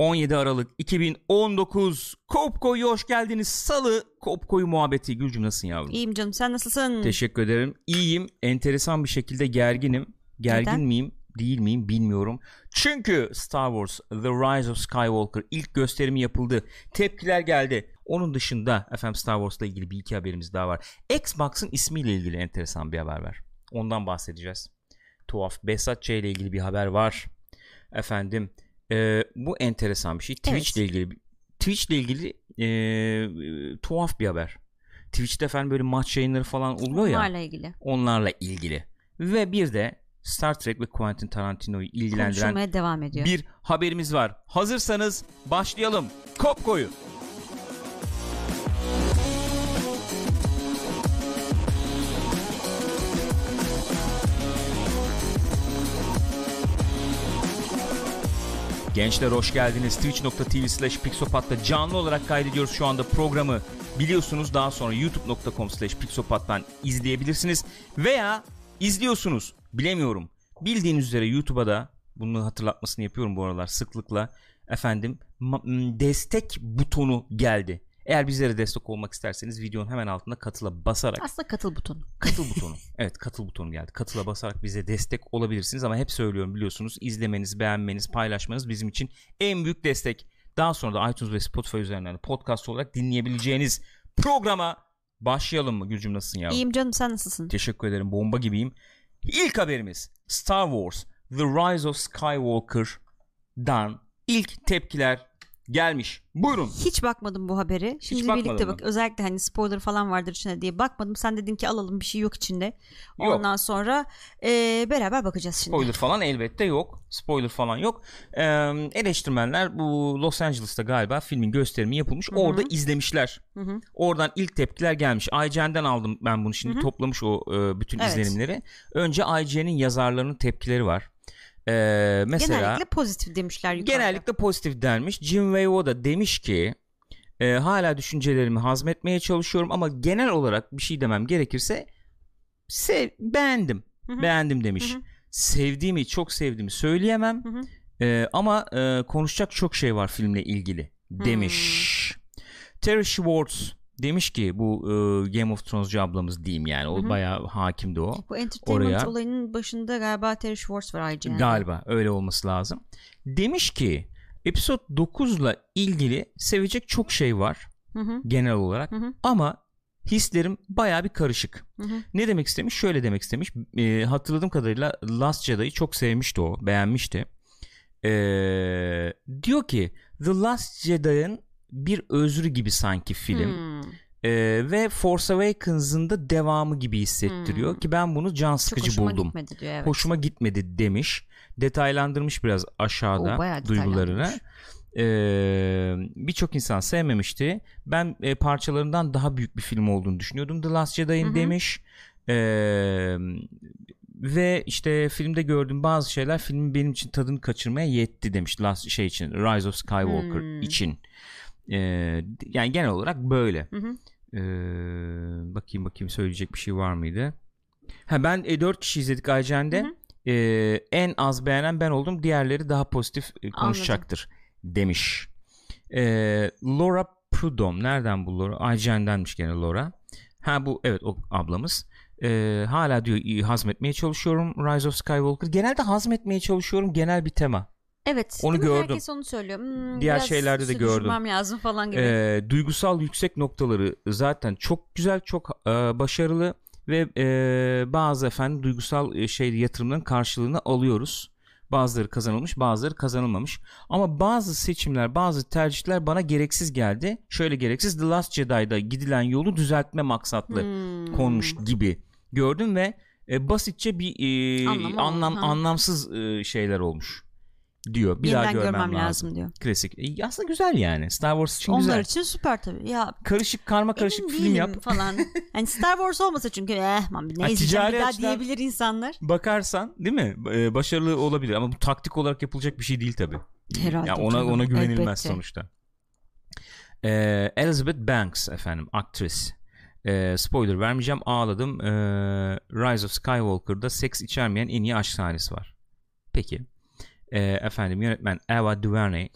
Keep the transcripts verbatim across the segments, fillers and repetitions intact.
on yedi Aralık iki bin on dokuz Kopko'ya hoş geldiniz. Salı Kopko'yu muhabbeti. Gülcüm nasılsın yavrum? İyiyim canım, sen nasılsın? Teşekkür ederim. İyiyim. Enteresan bir şekilde gerginim. Gergin Neden? miyim? Değil miyim? Bilmiyorum. Çünkü Star Wars The Rise of Skywalker ilk gösterimi yapıldı. Tepkiler geldi. Onun dışında efendim Star Wars'la ilgili bir iki haberimiz daha var. Xbox'ın ismiyle ilgili enteresan bir haber var. Ondan bahsedeceğiz. Tuhaf Behzat Ç. ile ilgili bir haber var. Efendim e, bu enteresan bir şey. Twitch ile Evet. ilgili Twitch ile ilgili e, e, tuhaf bir haber. Twitch'te efendim böyle maç yayınları falan oluyor ya. Onlarla ilgili. Onlarla ilgili. Ve bir de Star Trek ve Quentin Tarantino'yu ilgilendiren Konuşulmaya devam ediyor. bir haberimiz var. Hazırsanız başlayalım. Kopko'yu. Gençler hoş geldiniz. Twitch nokta tv slash pixopat'ta canlı olarak kaydediyoruz şu anda programı. Biliyorsunuz daha sonra youtube nokta com slash pixopat'tan izleyebilirsiniz. Veya izliyorsunuz. Bilemiyorum. Bildiğiniz üzere YouTube'a da bunu hatırlatmasını yapıyorum bu aralar sıklıkla. Efendim ma- destek butonu geldi. Eğer bizlere destek olmak isterseniz videonun hemen altında katıla basarak. Aslında katıl butonu. Katıl butonu. Evet, katıl butonu geldi. Katıla basarak bize destek olabilirsiniz ama hep söylüyorum biliyorsunuz, izlemeniz, beğenmeniz, paylaşmanız bizim için en büyük destek. Daha sonra da iTunes ve Spotify üzerinden de podcast olarak dinleyebileceğiniz programa başlayalım mı? Gülcüm nasılsın ya? İyiyim canım, sen nasılsın? Teşekkür ederim. Bomba gibiyim. İlk haberimiz Star Wars The Rise of Skywalker'dan ilk tepkiler gelmiş. Buyurun. Hiç bakmadım bu haberi. Şimdi bakmadın birlikte mı? bak. Özellikle hani spoiler falan vardır içinde diye bakmadım. Sen dedin ki alalım, bir şey yok içinde. Yok. Ondan sonra e, beraber bakacağız şimdi. Spoiler falan elbette yok. Spoiler falan yok. Ee, eleştirmenler bu Los Angeles'ta galiba filmin gösterimi yapılmış. Hı-hı. Orada izlemişler. Hı-hı. Oradan ilk tepkiler gelmiş. I G N'den aldım ben bunu şimdi. Hı-hı. Toplamış o e, bütün Evet. izlenimleri. Önce I G N'in yazarlarının tepkileri var. Ee, mesela genellikle pozitif demişler yukarıda. Genellikle pozitif denmiş. Jim Weibo da demiş ki e, hala düşüncelerimi hazmetmeye çalışıyorum ama genel olarak bir şey demem gerekirse sev, beğendim. Hı-hı. Beğendim demiş. Hı-hı. Sevdiğimi, çok sevdiğimi söyleyemem. E, ama e, konuşacak çok şey var filmle ilgili demiş. Hı-hı. Terry Schwartz demiş ki bu e, Game of Thrones'cu ablamız diyeyim yani. O Hı-hı. bayağı hakimdi o. Bu entertainment oraya. Olayının başında galiba Terry Schwartz var I G N'de. Galiba öyle olması lazım. Demiş ki Episode dokuzla ilgili sevecek çok şey var. Hı-hı. Genel olarak. Hı-hı. Ama hislerim bayağı bir karışık. Hı-hı. Ne demek istemiş? Şöyle demek istemiş. E, hatırladığım kadarıyla Last Jedi'yi çok sevmişti o. Beğenmişti. E, diyor ki The Last Jedi'ın bir özrü gibi sanki film. Hmm. Ee, ve Force Awakens'ın da devamı gibi hissettiriyor hmm. ki ben bunu can sıkıcı hoşuma buldum. Gitmedi diyor, evet. Hoşuma gitmedi demiş. Detaylandırmış biraz aşağıda o, duygularını. Ee, Birçok insan sevmemişti. Ben e, parçalarından daha büyük bir film olduğunu düşünüyordum The Last Jedi'ın Hı-hı. demiş. Ee, ve işte filmde gördüğüm bazı şeyler filmin benim için tadını kaçırmaya yetti demiş. Last şey için, Rise of Skywalker hmm. için. Ee, yani genel olarak böyle. Hı hı. Ee, bakayım bakayım söyleyecek bir şey var mıydı? Ha, ben e, dört kişi izledik I G N'de. Ee, en az beğenen ben oldum. Diğerleri daha pozitif e, konuşacaktır. Anladım. Demiş. Ee, Laura Prudhomme. Nereden bu Laura? I G N'denmiş gene Laura. Ha bu evet o ablamız. Ee, hala diyor hazmetmeye çalışıyorum Rise of Skywalker. Genelde hazmetmeye çalışıyorum, genel bir tema. Evet. Onu gördüm. Herkes onu söylüyor. Hmm, Diğer şeylerde de gördüm. lazım falan gibi. Ee, duygusal yüksek noktaları zaten çok güzel, çok e, başarılı ve e, bazı efendim duygusal şey yatırımların karşılığını alıyoruz. Bazıları kazanılmış, bazıları kazanılmamış. Ama bazı seçimler, bazı tercihler bana gereksiz geldi. Şöyle gereksiz. The Last Jedi'da gidilen yolu düzeltme maksatlı hmm. konmuş gibi gördüm ve e, basitçe bir e, Anlam, anlam ha. anlamsız e, şeyler olmuş diyor. Bir Yeniden daha görmem, görmem lazım. lazım diyor. Klasik. E, aslında güzel yani. Star Wars için Onlar güzel. Onlar için süper tabii. Ya karışık, karma karışık film yap falan. Hani Star Wars olmasa çünkü eh man ne izleyeceğim bir daha diyebilir insanlar. Bakarsan değil mi? Ee, başarılı olabilir ama bu taktik olarak yapılacak bir şey değil tabii. Herhalde. Yani ona ona güvenilmez elbette. Sonuçta. Ee, Elizabeth Banks efendim, aktris. Ee, spoiler vermeyeceğim. Ağladım. Ee, Rise of Skywalker'da seks içermeyen en iyi aşk sahnesi var. Peki. Ee, efendim yönetmen Ava DuVernay.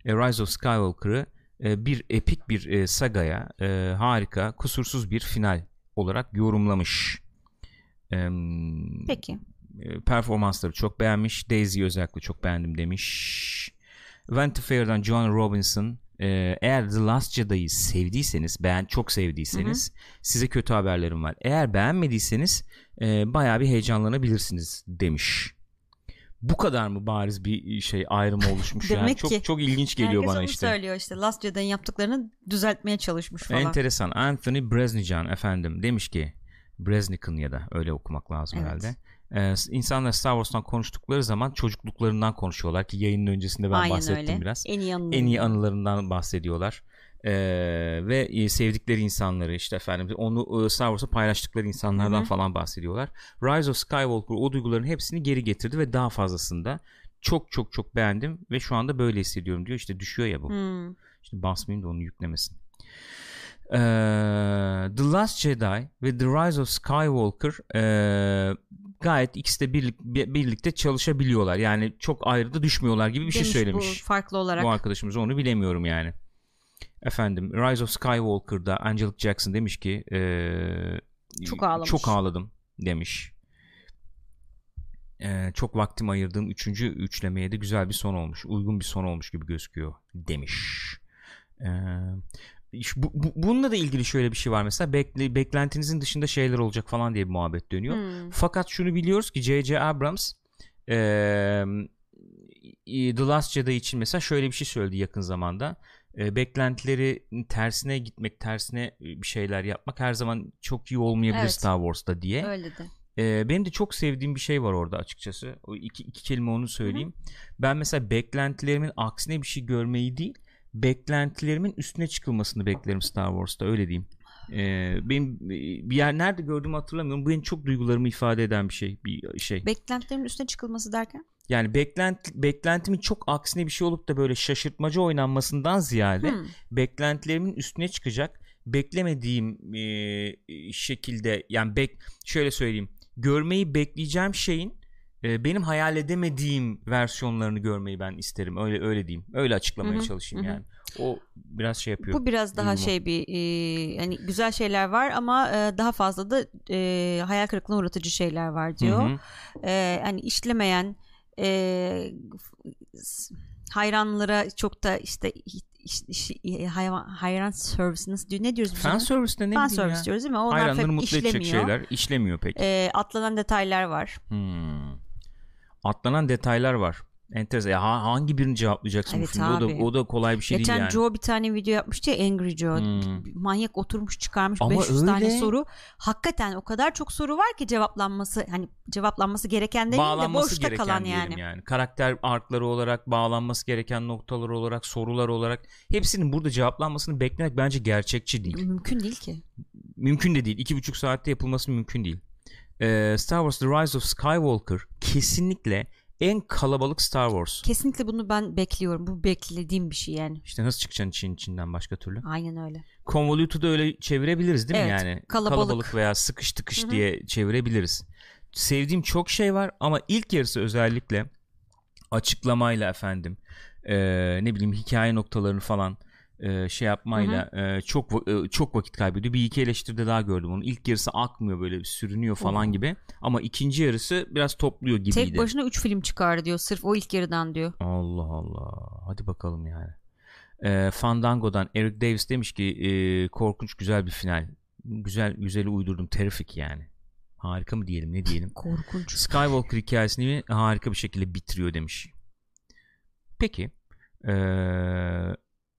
e, Rise of Skywalker'ı e, bir epik bir e, sagaya e, harika, kusursuz bir final olarak yorumlamış. E, Peki. E, performansları çok beğenmiş. Daisy'yi özellikle çok beğendim demiş. Vanity Fair'dan John Robinson, e, eğer The Last Jedi'yi sevdiyseniz, beğen çok sevdiyseniz, hı hı, size kötü haberlerim var. Eğer beğenmediyseniz e, bayağı bir heyecanlanabilirsiniz demiş. Bu kadar mı bariz bir şey ayrımı oluşmuş yani? Demek çok ki, çok ilginç geliyor bana işte. Herkes onu söylüyor işte. Last Jedi'nin yaptıklarını düzeltmeye çalışmış falan. Enteresan. Anthony Breznican efendim demiş ki, Breznican ya da öyle okumak lazım evet. herhalde. Ee, insanlar Star Wars'tan konuştukları zaman çocukluklarından konuşuyorlar ki yayının öncesinde ben Aynen bahsettim öyle. biraz. En iyi, en iyi anılarından bahsediyorlar. Ee, ve sevdikleri insanları işte efendim onu Star Wars'a paylaştıkları insanlardan Hı-hı. falan bahsediyorlar. Rise of Skywalker o duyguların hepsini geri getirdi ve daha fazlasını da çok çok çok beğendim ve şu anda böyle hissediyorum diyor. İşte düşüyor ya bu. Hmm. İşte basmayayım da onu yüklemesin. Ee, The Last Jedi ve The Rise of Skywalker e, gayet ikisi de birlik, birlikte çalışabiliyorlar. Yani çok ayrı da düşmüyorlar gibi bir Demiş şey söylemiş. Bu farklı olarak. Bu arkadaşımız onu bilemiyorum yani. Efendim Rise of Skywalker'da Angelica Jackson demiş ki e, çok ağlamış. Çok ağladım demiş. E, çok vaktimi ayırdığım üçüncü üçlemeye de güzel bir son olmuş. Uygun bir son olmuş gibi gözüküyor demiş. Eee Bu, bu, bununla da ilgili şöyle bir şey var mesela bekle, beklentinizin dışında şeyler olacak falan diye bir muhabbet dönüyor. Hmm. Fakat şunu biliyoruz ki J J Abrams e, The Last Jedi için mesela şöyle bir şey söyledi yakın zamanda. E, beklentileri tersine gitmek, tersine bir şeyler yapmak her zaman çok iyi olmayabilir evet. Star Wars'ta diye. Öyle de. E, benim de çok sevdiğim bir şey var orada açıkçası. O iki, iki kelime onu söyleyeyim. Hı-hı. Ben mesela beklentilerimin aksine bir şey görmeyi değil, beklentilerimin üstüne çıkılmasını beklerim Star Wars'ta, öyle diyeyim. Ee, benim bir yer nerede gördüğümü hatırlamıyorum. Bu benim çok duygularımı ifade eden bir şey, bir şey. Beklentilerimin üstüne çıkılması derken? Yani beklenti, beklentimin çok aksine bir şey olup da böyle şaşırtmacı oynanmasından ziyade hmm. beklentilerimin üstüne çıkacak, beklemediğim e, şekilde yani bek, şöyle söyleyeyim, görmeyi bekleyeceğim şeyin e, benim hayal edemediğim versiyonlarını görmeyi ben isterim. Öyle öyle diyeyim. Öyle açıklamaya Hı-hı. çalışayım Hı-hı. yani. O biraz şey yapıyor. Bu biraz daha Duyumu. şey bir e, hani güzel şeyler var ama e, daha fazla da e, hayal kırıklığına uğratıcı şeyler var diyor. E, hani işlemeyen e, hayranlara çok da işte hayvan hayran servisi nasıl diyor, ne diyoruz biz? Fan servisi ne Fan servisi diyoruz değil mi? Onlar hayranları pek mutlu işlemiyor. edecek şeyler işlemiyor peki. E, atlanan detaylar var. Hmm. Atlanan detaylar var. Enteresan. Ya hangi birini cevaplayacaksın evet, bu filmde? O da, o da kolay bir şey Geçen değil yani. Geçen Joe bir tane video yapmıştı ya, Angry Joe. Hmm. Manyak oturmuş çıkarmış Ama beş yüz öyle... tane soru. Hakikaten o kadar çok soru var ki cevaplanması, hani cevaplanması gereken değil de boşta kalan yani. yani. Karakter arkları olarak, bağlanması gereken noktalar olarak, sorular olarak hepsinin burada cevaplanmasını beklemek bence gerçekçi değil. Mümkün değil ki. Mümkün de değil. İki buçuk saatte yapılması mümkün değil. Ee, Star Wars The Rise of Skywalker kesinlikle en kalabalık Star Wars. Kesinlikle bunu ben bekliyorum. Bu beklediğim bir şey yani. İşte nasıl çıkacaksın için içinden başka türlü? Aynen öyle. Convoluted'u öyle çevirebiliriz değil mi evet, yani? Kalabalık. Kalabalık veya sıkış tıkış Hı-hı. diye çevirebiliriz. Sevdiğim çok şey var ama ilk yarısı özellikle açıklamayla efendim ee, ne bileyim hikaye noktalarını falan e, şey yapmayla e, çok e, çok vakit kaybediyor. Bir iki eleştiride daha gördüm onu. İlk yarısı akmıyor, böyle sürünüyor falan Hı-hı. gibi. Ama ikinci yarısı biraz topluyor gibiydi. Tek başına üç film çıkar diyor sırf o ilk yarıdan diyor. Allah Allah. Hadi bakalım yani. E, Fandango'dan Eric Davis demiş ki e, korkunç güzel bir final. Güzel güzeli uydurdum. Terrific yani. Harika mı diyelim, ne diyelim? Korkunç. Skywalker hikayesini harika bir şekilde bitiriyor demiş. Peki. Eee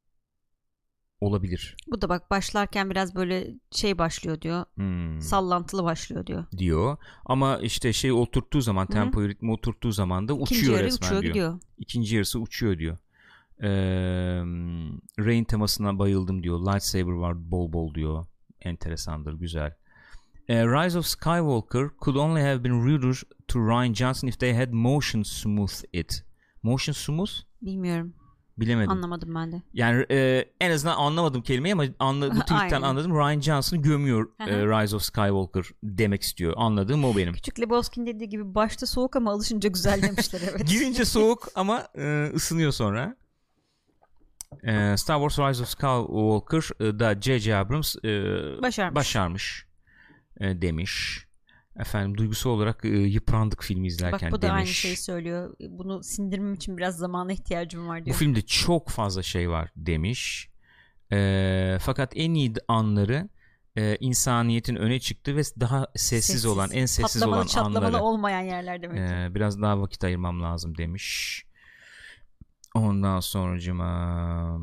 olabilir. Bu da bak başlarken biraz böyle şey başlıyor diyor. Hmm. Sallantılı başlıyor diyor. Diyor. Ama işte şey oturttuğu zaman, tempoyu, ritmi oturttuğu zaman da uçuyor İkinci resmen uçuyor, diyor. Gidiyor. İkinci yarısı uçuyor diyor. Ee, Rain temasına bayıldım diyor. Lightsaber var bol bol diyor. Enteresandır, güzel. Ee, Rise of Skywalker could only have been ruder to Rian Johnson if they had motion smooth it. Motion smooth? Bilmiyorum. Bilemedim. Anlamadım ben de. Yani e, en azından anlamadım kelimeyi ama anla, bu tweetten anladım. Rian Johnson'ı gömüyor e, Rise of Skywalker demek istiyor. Anladığım o benim. Küçük Lebowski'nin dediği gibi başta soğuk ama alışınca güzel demişler evet. Girince soğuk ama e, ısınıyor sonra. Ee, Star Wars Rise of Skywalker da J J Abrams e, başarmış, başarmış e, demiş. Efendim duygusal olarak e, yıprandık filmi izlerken demiş. Bak bu da demiş. Aynı şeyi söylüyor. Bunu sindirmem için biraz zamana ihtiyacım var diyor. Bu filmde çok fazla şey var demiş. E, fakat en iyi anları e, insaniyetin öne çıktığı ve daha sessiz, sessiz. olan, en sessiz patlamalı, olan çatlamalı anları. olmayan yerler demek ki. E, biraz daha vakit ayırmam lazım demiş. Ondan sonracıma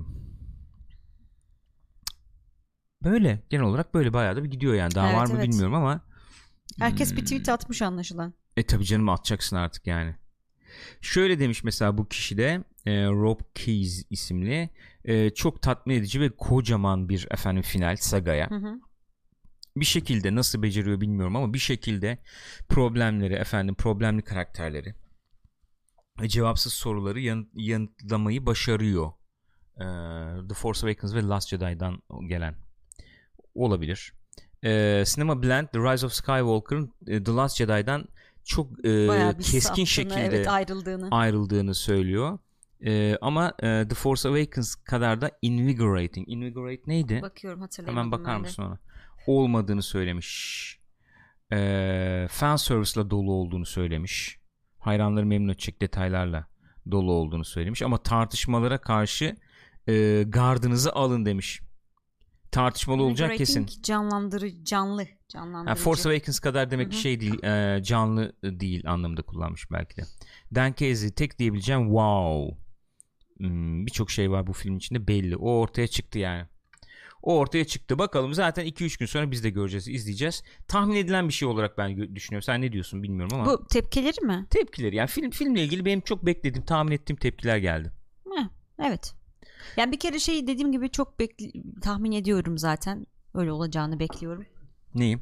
böyle genel olarak böyle bayağı da bir gidiyor yani. Daha evet, var mı evet. bilmiyorum ama herkes hmm. bir tweet atmış anlaşılan. E tabii canım, atacaksın artık yani. Şöyle demiş mesela bu kişi de e, Rob Keyes isimli e, çok tatmin edici ve kocaman bir efendim final sagaya. Hı hı. Bir şekilde nasıl beceriyor bilmiyorum ama bir şekilde problemleri efendim problemli karakterleri ve cevapsız soruları yanıt, yanıtlamayı başarıyor. E, The Force Awakens ve Last Jedi'dan gelen olabilir. E, Cinema Blend The Rise of Skywalker'ın e, The Last Jedi'dan çok e, keskin şekilde evet, ayrıldığını. ayrıldığını söylüyor. E, ama e, The Force Awakens kadar da invigorating. Invigorate neydi? Bakıyorum, hatırlayamadım. Hemen bakar mısın ona? Olmadığını söylemiş. E, fan service'la dolu olduğunu söylemiş. Hayranları memnun edecek detaylarla dolu olduğunu söylemiş. Ama tartışmalara karşı e, gardınızı alın demiş. Tartışmalı olacak kesin. Canlandırıcı, canlı, canlandırıcı. Yani Force Awakens kadar demek ki şey değil, e, canlı değil anlamında kullanmış belki de. Dan Casey tek diyebileceğim wow. Hmm, birçok şey var bu film içinde belli. O ortaya çıktı yani. O ortaya çıktı. Bakalım zaten iki üç gün sonra biz de göreceğiz, izleyeceğiz. Tahmin edilen bir şey olarak ben düşünüyorum. Sen ne diyorsun bilmiyorum ama. Bu tepkileri mi? Tepkileri yani film filmle ilgili benim çok beklediğim, tahmin ettiğim tepkiler geldi. Heh, evet. Yani bir kere şey dediğim gibi çok bekli- tahmin ediyorum zaten. Öyle olacağını bekliyorum. Neyim?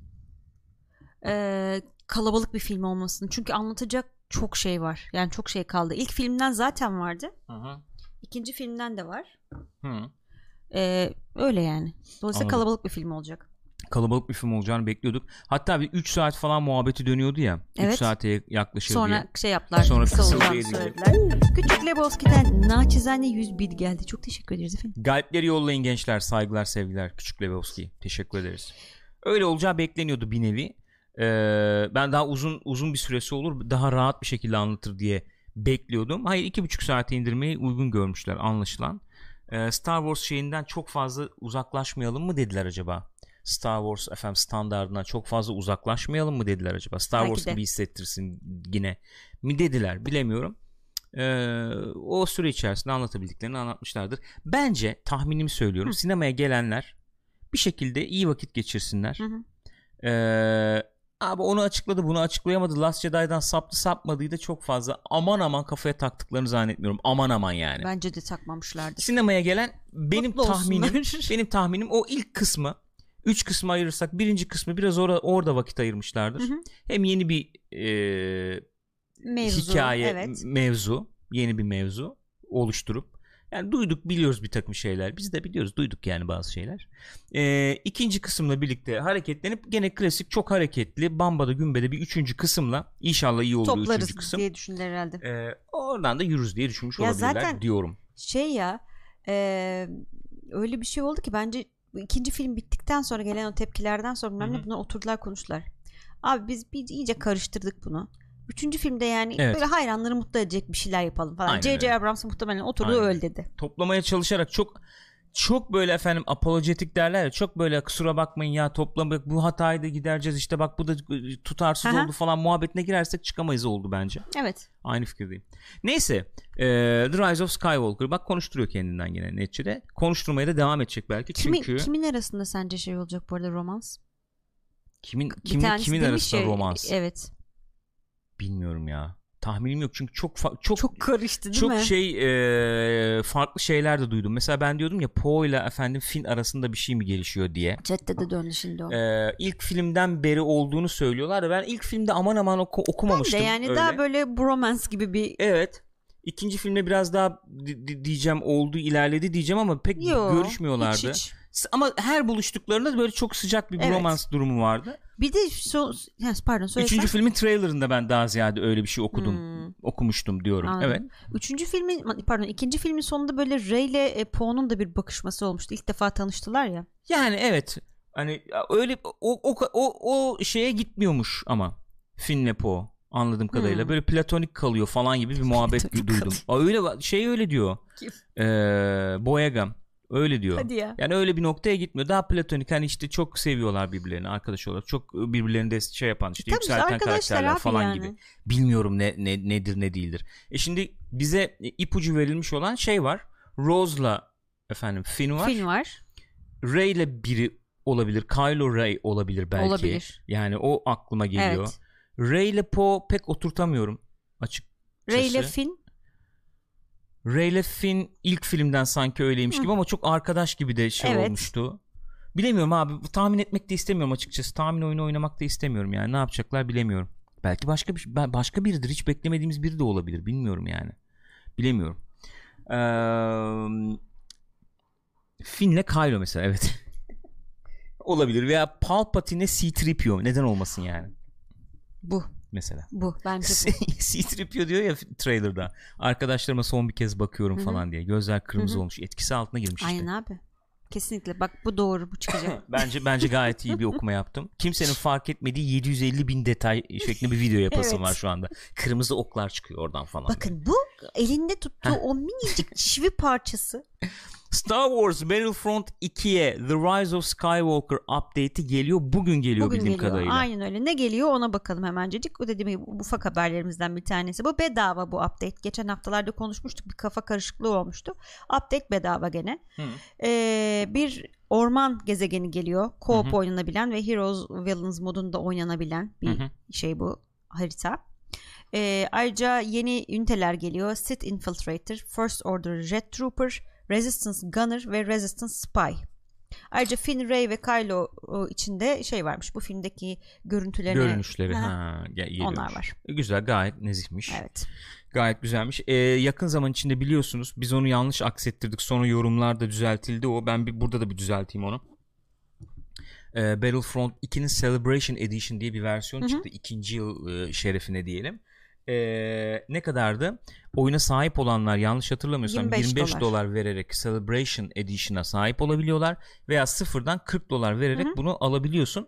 Ee, kalabalık bir film olmasını. Çünkü anlatacak çok şey var. Yani çok şey kaldı. İlk filmden zaten vardı. Hı hı. İkinci filmden de var. Hı. Ee, öyle yani. Dolayısıyla Anladım. Kalabalık bir film olacak. Kalabalık bir film olacağını bekliyorduk. Hatta bir üç saat falan muhabbeti dönüyordu ya. Evet. üç saate yaklaşır Sonra diye. Sonra şey yaptılar. Sonra kısa olacağını söylediler. Küçük Lebowski'den naçizane yüz bir geldi. Çok teşekkür ederiz efendim. Galpleri yollayın gençler. Saygılar, sevgiler. Küçük Lebowski. Teşekkür ederiz. Öyle olacağı bekleniyordu bir nevi. Ee, ben daha uzun uzun bir süresi olur, daha rahat bir şekilde anlatır diye bekliyordum. Hayır, iki buçuk saate indirmeyi uygun görmüşler anlaşılan. Ee, Star Wars şeyinden çok fazla uzaklaşmayalım mı dediler acaba? Star Wars efendim standardından çok fazla uzaklaşmayalım mı dediler acaba? Star Belki Wars de. gibi hissettirsin yine mi dediler, bilemiyorum. Ee, o süre içerisinde anlatabildiklerini anlatmışlardır. Bence tahminimi söylüyorum. Hı. Sinemaya gelenler bir şekilde iyi vakit geçirsinler. Hı hı. Ee, abi onu açıkladı, bunu açıklayamadı. Last Jedi'dan saptı sapmadığı da çok fazla aman aman kafaya taktıklarını zannetmiyorum. Aman aman yani. Bence de takmamışlardı. Sinemaya gelen benim Mutlu tahminim benim tahminim o ilk kısmı, üç kısmı ayırırsak birinci kısmı biraz or- orada vakit ayırmışlardır. Hı hı. Hem yeni bir e, mevzu, hikaye evet. mevzu, yeni bir mevzu oluşturup, yani duyduk biliyoruz bir takım şeyler. Biz de biliyoruz, duyduk yani bazı şeyler. Ee, ikinci kısımla birlikte hareketlenip gene klasik çok hareketli Bamba'da Gümbede bir üçüncü kısımla inşallah iyi olur. Toplarız üçüncü kısım. diye düşündüler herhalde. Ee, oradan da yürürüz diye düşünmüş ya olabilirler zaten diyorum. Şey ya e, öyle bir şey oldu ki bence ikinci film bittikten sonra gelen o tepkilerden sonra bilmem ne buna oturdular konuştular. Abi biz bir iyice karıştırdık bunu. Üçüncü filmde yani evet. böyle hayranları mutlu edecek bir şeyler yapalım falan. J J Abrams muhtemelen oturdu Aynen. öyle dedi. Toplamaya çalışarak çok çok böyle efendim apolojetik derler ya, çok böyle kusura bakmayın ya toplamak, bu hatayı da gidereceğiz işte bak bu da tutarsız Aha. oldu falan muhabbetine girersek çıkamayız oldu bence. Evet. Aynı fikirdeyim. Neyse e, The Rise of Skywalker bak konuşturuyor kendinden gene neticede. Konuşturmaya da devam edecek belki. Kimin, çünkü kimin arasında sence şey olacak bu arada romans? Kimin kimin kimin arasında şey, romans? Evet. Bilmiyorum ya. Tahminim yok çünkü çok fa- çok çok karıştı değil çok mi? Çok şey e, farklı şeyler de duydum. Mesela ben diyordum ya Poe ile efendim Finn arasında bir şey mi gelişiyor diye. Chatte de döndü şimdi o. E, ilk filmden beri olduğunu söylüyorlar da ben ilk filmde aman aman oku- okumamıştım. Ben de yani öyle. Daha böyle bromance gibi bir. Evet. İkinci filmde biraz daha di- di- diyeceğim oldu, ilerledi diyeceğim ama pek Yo, görüşmüyorlardı. Hiç hiç. Ama her buluştuklarında böyle çok sıcak bir evet. romans durumu vardı. Bir de so, pardon söylesem. Üçüncü filmin trailerında ben daha ziyade öyle bir şey okudum. Hmm. Okumuştum diyorum. Anladım. Evet. Üçüncü filmin pardon ikinci filmin sonunda böyle Ray ile e, Poe'nun da bir bakışması olmuştu. İlk defa tanıştılar ya. Yani evet. Hani öyle o o o, o şeye gitmiyormuş ama Finn'le Poe anladığım kadarıyla hmm. böyle platonik kalıyor falan gibi bir muhabbet duydum. Aa, öyle şey öyle diyor. Kim? Ee, Boyega öyle diyor. Hadi ya. Yani öyle bir noktaya gitmiyor. Daha platonik hani işte çok seviyorlar birbirlerini arkadaş olarak. Çok birbirlerini de şey yapan işte Tabii yükselten karakterler falan yani. gibi. Bilmiyorum ne, ne nedir ne değildir. E şimdi bize ipucu verilmiş olan şey var. Rose'la efendim Finn var. Finn var. Rey'le biri olabilir. Kylo Ray olabilir belki. Olabilir. Yani o aklıma geliyor. Evet. Ray ile Poe pek oturtamıyorum açıkçası. Ray ile Finn. Ray ile Finn ilk filmden sanki öyleymiş Hı. gibi ama çok arkadaş gibi de şey evet. olmuştu. Bilemiyorum abi. Tahmin etmek de istemiyorum açıkçası. Tahmin oyunu oynamak da istemiyorum yani. Ne yapacaklar bilemiyorum. Belki başka bir başka biridir. Hiç beklemediğimiz biri de olabilir. Bilmiyorum yani. Bilemiyorum. Ee, Finn'le Kylo mesela evet. Olabilir veya Palpatine C üç P O neden olmasın yani. Bu. Mesela. Bu bence bu. C üç P O diyor ya trailer'da. Arkadaşlarıma son bir kez bakıyorum Hı-hı. falan diye. Gözler kırmızı Hı-hı. olmuş. Etkisi altına girmiş işte. Aynen abi. Kesinlikle. Bak bu doğru, bu çıkacak. bence bence gayet iyi bir okuma yaptım. Kimsenin fark etmediği yedi yüz elli bin detay şeklinde bir video yapasım evet. var şu anda. Kırmızı oklar çıkıyor oradan falan. Bakın böyle. Bu elinde tuttuğu o minicik çivi parçası. Star Wars Battlefront ikiye The Rise of Skywalker update'i geliyor. Bugün geliyor Bugün bildiğim geliyor. kadarıyla. Aynen öyle. Ne geliyor ona bakalım hemencecik. O dediğim gibi ufak haberlerimizden bir tanesi. Bu bedava bu update. Geçen haftalarda konuşmuştuk. Bir kafa karışıklığı olmuştu. Update bedava gene. Ee, bir orman gezegeni geliyor. Co-op Hı-hı. oynanabilen ve Heroes Villains modunda oynanabilen bir Hı-hı. şey bu harita. Ee, ayrıca yeni üniteler geliyor. Sith Infiltrator, First Order Jet Trooper, Resistance Gunner ve Resistance Spy. Ayrıca Finn, Rey ve Kylo içinde şey varmış. Bu filmdeki görüntülerine görünüşleri ha, ha onlar var. Güzel, gayet nezihmiş. Evet. Gayet güzelmiş. Ee, yakın zaman içinde biliyorsunuz biz onu yanlış aksettirdik. Sonra yorumlarda düzeltildi o. Ben bir burada da bir düzelteyim onu. Ee, Battlefront ikinin Celebration Edition diye bir versiyon Hı-hı. çıktı. İkinci yıl e, şerefine diyelim. Ee, ne kadardı? Oyuna sahip olanlar yanlış hatırlamıyorsam yirmi beş, yirmi beş dolar vererek Celebration Edition'a sahip olabiliyorlar veya sıfırdan kırk dolar vererek Hı-hı. bunu alabiliyorsun.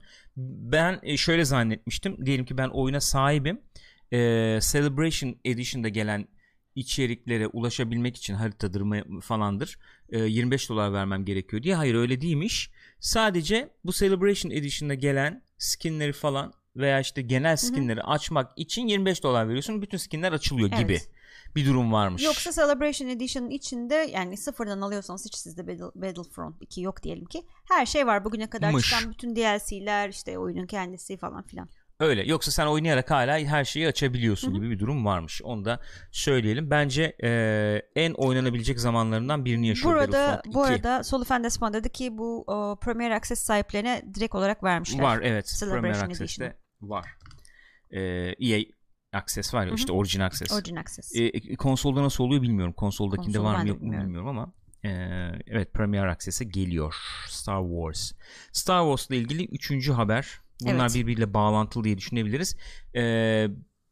Ben şöyle zannetmiştim. Diyelim ki ben oyuna sahibim. Ee, Celebration Edition'da gelen içeriklere ulaşabilmek için haritadır mı falandır e, yirmi beş dolar vermem gerekiyor diye. Hayır öyle değilmiş. Sadece bu Celebration Edition'da gelen skinleri falan veya işte genel skinleri Hı-hı. açmak için yirmi beş dolar veriyorsun. Bütün skinler açılıyor evet. gibi bir durum varmış. Yoksa Celebration Edition'ın içinde yani sıfırdan alıyorsanız hiç sizde Battlefront iki yok diyelim ki. Her şey var. Bugüne kadar Mış. çıkan bütün D L C'ler işte oyunun kendisi falan filan. Öyle. Yoksa sen oynayarak hala her şeyi açabiliyorsun Hı-hı. gibi bir durum varmış. Onu da söyleyelim. Bence e, en oynanabilecek zamanlarından birini yaşıyor Burada, Battlefront iki. Bu arada Solifan Desmond dedi ki bu o, Premier Access sahiplerine direkt olarak vermişler. Var evet. Premier Access'te var. Ee, E A Access var ya Hı-hı. işte Origin Access. Origin Access. Ee, konsolda nasıl oluyor bilmiyorum. Konsoldakinde Konsol var mı yok mu bilmiyorum ama e, evet Premier Access'e geliyor Star Wars. Star Wars'la ilgili üçüncü haber. Bunlar evet. birbiriyle bağlantılı diye düşünebiliriz. Ee,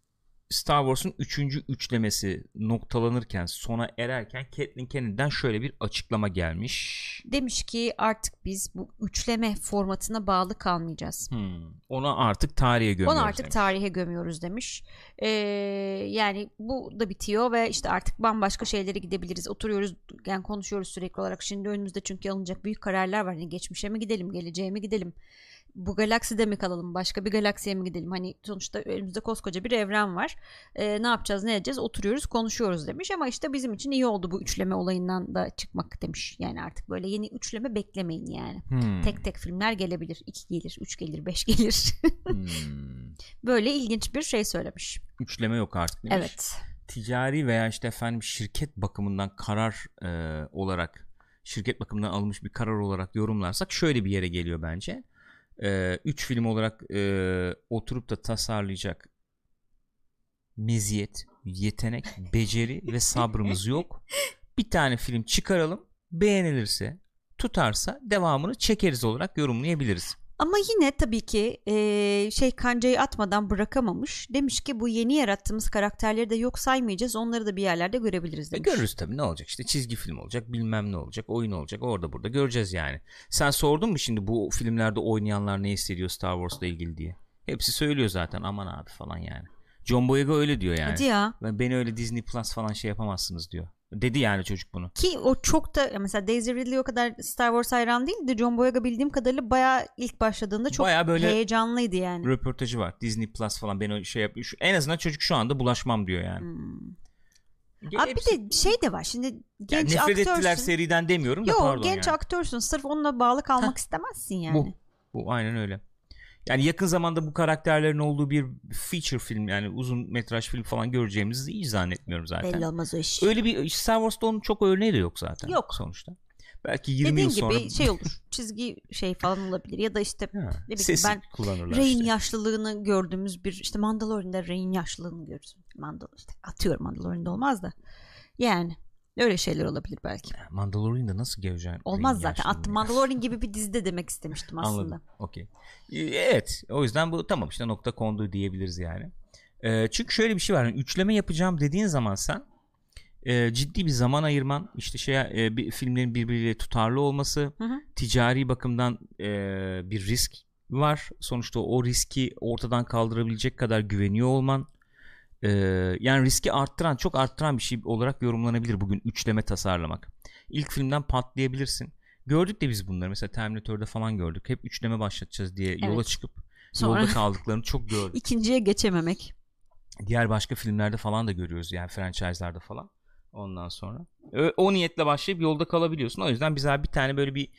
Star Wars'un üçüncü üçlemesi noktalanırken, sona ererken Kathleen Kennedy'den şöyle bir açıklama gelmiş. Demiş ki artık biz bu üçleme formatına bağlı kalmayacağız. Hmm. Ona artık tarihe gömüyoruz. Onu artık demiş. tarihe gömüyoruz demiş. Ee, yani bu da bitiyor ve işte artık bambaşka şeylere gidebiliriz. Oturuyoruz, yani konuşuyoruz sürekli olarak. Şimdi önümüzde çünkü alınacak büyük kararlar var. Yani geçmişe mi gidelim, geleceğe mi gidelim? Bu galakside mi kalalım, başka bir galaksiye mi gidelim? Hani sonuçta önümüzde koskoca bir evren var. Ee, ne yapacağız, ne edeceğiz? Oturuyoruz, konuşuyoruz demiş. Ama işte bizim için iyi oldu bu üçleme olayından da çıkmak demiş. Yani artık böyle yeni üçleme beklemeyin yani. Hmm. Tek tek filmler gelebilir. iki gelir, üç gelir, beş gelir. hmm. Böyle ilginç bir şey söylemiş. Üçleme yok artık demiş. Evet. Ticari veya işte efendim şirket bakımından karar e, olarak, şirket bakımından alınmış bir karar olarak yorumlarsak şöyle bir yere geliyor bence. Ee, üç film olarak e, oturup da tasarlayacak meziyet, yetenek, beceri ve sabrımız yok. Bir tane film çıkaralım, beğenilirse tutarsa devamını çekeriz olarak yorumlayabiliriz. Ama yine tabii ki e, şey kancayı atmadan bırakamamış. Demiş ki bu yeni yarattığımız karakterleri de yok saymayacağız. Onları da bir yerlerde görebiliriz demiş. E görürüz tabii, ne olacak işte, çizgi film olacak, bilmem ne olacak, oyun olacak, orada burada göreceğiz yani. Sen sordun mu şimdi bu filmlerde oynayanlar ne hissediyor Star Wars'la ilgili diye? Hepsi söylüyor zaten, aman abi falan yani. John Boyega öyle diyor yani. Hadi ya. Beni öyle Disney Plus falan şey yapamazsınız diyor. Dedi yani çocuk bunu. Ki o çok da mesela Daisy Ridley o kadar Star Wars hayran değildi. John Boyega bildiğim kadarıyla bayağı ilk başladığında çok bayağı böyle heyecanlıydı yani. Röportajı var. Disney Plus falan beni şey yapıyor. En azından çocuk şu anda bulaşmam diyor yani. Hmm. Abi bir de şey de var. Şimdi genç yani nefret aktörsün. Nefret ettiler seriden demiyorum da Yo, pardon genç yani. aktörsün. Sırf onunla bağlı kalmak Heh. istemezsin yani. Bu. Bu aynen öyle. Yani yakın zamanda bu karakterlerin olduğu bir feature film, yani uzun metraj film falan göreceğimizi hiç zannetmiyorum zaten. Belli olmaz o iş. Öyle bir Star Wars'ta onun çok örneği de yok zaten. Yok. Sonuçta. Belki yirmi dediğin yıl sonra. Dediğin gibi şey olur. Çizgi şey falan olabilir ya da işte ha, ne bileyim ben kullanırlar Rey'in işte. yaşlılığını gördüğümüz bir işte Mandalorian'da Rey'in yaşlılığını görürüz. Mandalorian işte atıyorum, Mandalorian'da olmaz da. Yani öyle şeyler olabilir belki. Mandalorian'da nasıl göreceksin? Olmaz zaten. Attım Mandalorian gibi bir dizide demek istemiştim aslında. Anladım. Okey. Evet. O yüzden bu tamam işte nokta kondu diyebiliriz yani. Ee, çünkü şöyle bir şey var. Yani üçleme yapacağım dediğin zaman sen e, ciddi bir zaman ayırman, işte şey e, bir filmlerin birbiriyle tutarlı olması, hı hı. ticari bakımdan e, bir risk var. Sonuçta o riski ortadan kaldırabilecek kadar güveniyor olman. Ee, yani riski arttıran, çok arttıran bir şey olarak yorumlanabilir bugün üçleme tasarlamak. İlk filmden patlayabilirsin. Gördük de biz bunları mesela Terminator'da falan gördük. Hep üçleme başlatacağız diye evet. yola çıkıp Sonra... yolda kaldıklarını çok gördük. İkinciye geçememek. Diğer başka filmlerde falan da görüyoruz yani, franchise'larda falan. Ondan sonra o niyetle başlayıp yolda kalabiliyorsun. O yüzden biz abi bir tane böyle bir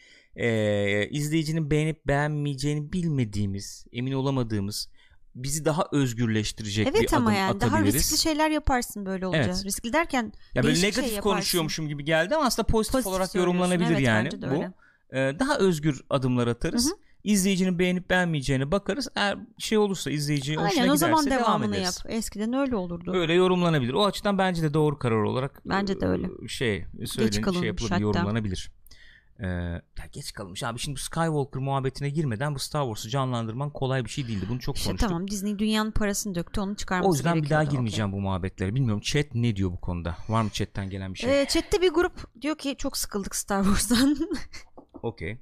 e, izleyicinin beğenip beğenmeyeceğini bilmediğimiz, emin olamadığımız, bizi daha özgürleştirecek evet, bir adım yani atabiliriz. Daha riskli şeyler yaparsın böyle olunca. Evet. Riskli derken ya böyle negatif şey konuşuyormuşum gibi geldi ama aslında pozitif, pozitif olarak yorumlanabilir evet, yani bu. Ee, daha özgür adımlar atarız. Hı hı. İzleyicinin beğenip beğenmeyeceğine bakarız. Eğer şey olursa, izleyici hoşuna Aynen, giderse o zaman devam devamını ederiz. Yap. Eskiden öyle olurdu. Öyle yorumlanabilir. O açıdan bence de doğru karar olarak bence de öyle. Şey, söylen, şey yapılabilir, yorumlanabilir. Ee, ya geç kalmış abi, şimdi bu Skywalker muhabbetine girmeden bu Star Wars'u canlandırman kolay bir şey değildi, bunu çok işte konuştuk. Tamam, Disney dünyanın parasını döktü, onu çıkarması gerekiyordu. O yüzden bir daha girmeyeceğim okay. bu muhabbetlere. Bilmiyorum chat ne diyor bu konuda, var mı chatten gelen bir şey? Ee, chatte bir grup diyor ki çok sıkıldık Star Wars'tan. Okey,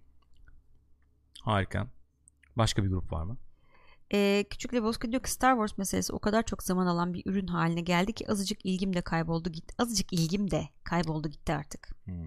harika. Başka bir grup var mı? Ee, Küçük Lebowski diyor ki Star Wars meselesi o kadar çok zaman alan bir ürün haline geldi ki azıcık ilgim de kayboldu gitti. Azıcık ilgim de kayboldu gitti artık. Hmm.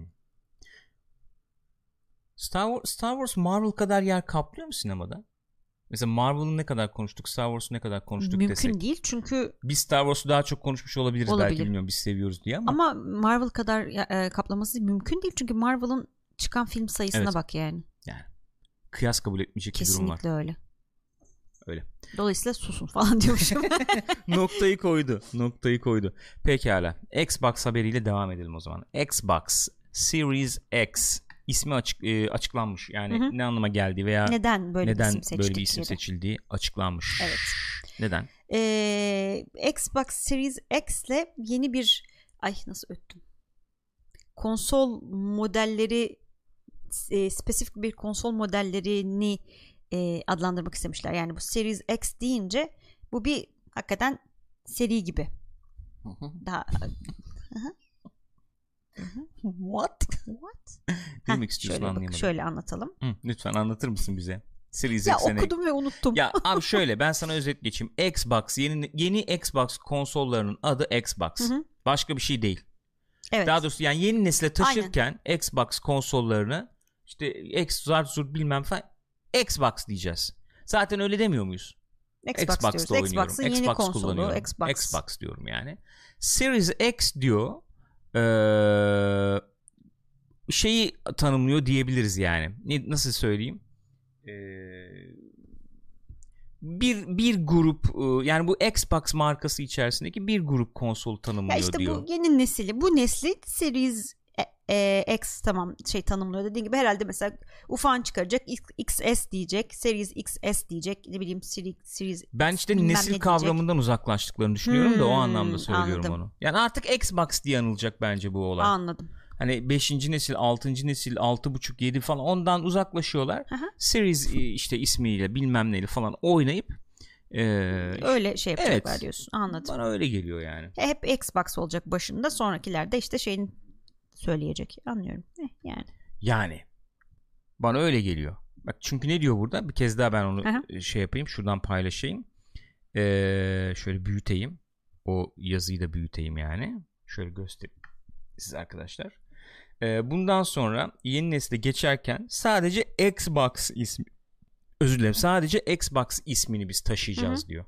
Star Wars, Star Wars Marvel kadar yer kaplıyor mu sinemada? Mesela Marvel'ı ne kadar konuştuk, Star Wars'u ne kadar konuştuk Mümkün desek. Mümkün değil çünkü biz Star Wars'u daha çok konuşmuş olabiliriz olabilir. Belki, bilmiyorum, biz seviyoruz diye ama. Ama Marvel kadar e, kaplaması mümkün değil çünkü Marvel'ın çıkan film sayısına evet. bak yani. Yani kıyas kabul etmeyecek kesinlikle bir durum var. Kesinlikle öyle. Öyle. Dolayısıyla susun falan diyormuşum. Noktayı koydu. Noktayı koydu. Pekala. Xbox haberiyle devam edelim o zaman. Xbox Series X ismi açık e, açıklanmış. Yani hı hı. ne anlama geldiği veya neden böyle neden bir isim, böyle bir isim seçildiği açıklanmış. Evet. Neden? Ee, Xbox Series X ile yeni bir ay nasıl öttüm. Konsol modelleri e, spesifik bir konsol modellerini e, adlandırmak istemişler. Yani bu Series X deyince bu bir hakikaten seri gibi. Hı hı. Daha What? What? Ne demek istiyorsun, şöyle anlayamadım. Bak, şöyle anlatalım. Hı, lütfen anlatır mısın bize? Series ya X'e okudum ve unuttum. Ya abi şöyle, ben sana özet geçeyim. Xbox yeni yeni Xbox konsollarının adı Xbox. Hı hı. Başka bir şey değil. Evet. Daha doğrusu yani yeni nesile taşırken aynen. Xbox konsollarını işte X zart zurt bilmem falan Xbox diyeceğiz. Zaten öyle demiyor muyuz? Xbox Xbox'ta diyoruz. oynuyorum. Xbox'ın Xbox yeni konsolu kullanıyorum. Xbox. Xbox diyorum yani. Series X diyor. Ee, şeyi tanımlıyor diyebiliriz yani. Nasıl söyleyeyim? Ee, bir bir grup, yani bu Xbox markası içerisindeki bir grup konsolu tanımlıyor ya işte diyor. Bu yeni nesili. Bu nesli Series e, X tamam şey tanımlıyor. Dediğin gibi herhalde mesela ufağını çıkaracak, X S diyecek, Series X S diyecek, ne bileyim Series. Ben işte nesil kavramından uzaklaştıklarını düşünüyorum hmm, da o anlamda söylüyorum anladım. Onu. Yani artık Xbox diye anılacak bence bu olay. Anladım. hani beşinci nesil, altıncı nesil, altı buçuk, yedi falan ondan uzaklaşıyorlar. Aha. Series işte ismiyle bilmem neyle falan oynayıp e, öyle şey yapacaklar evet, diyorsun. Anladım. Bana öyle geliyor yani. Hep Xbox olacak başında, sonrakilerde işte şeyin söyleyecek. Anlıyorum. Eh, yani. Yani bana öyle geliyor. Bak çünkü ne diyor burada? Bir kez daha ben onu Aha. şey yapayım. Şuradan paylaşayım. Ee, şöyle büyüteyim. O yazıyı da büyüteyim yani. Şöyle göstereyim size arkadaşlar. Ee, bundan sonra yeni nesile geçerken sadece Xbox ismi, özür dilerim, sadece Xbox ismini biz taşıyacağız Hı-hı. diyor.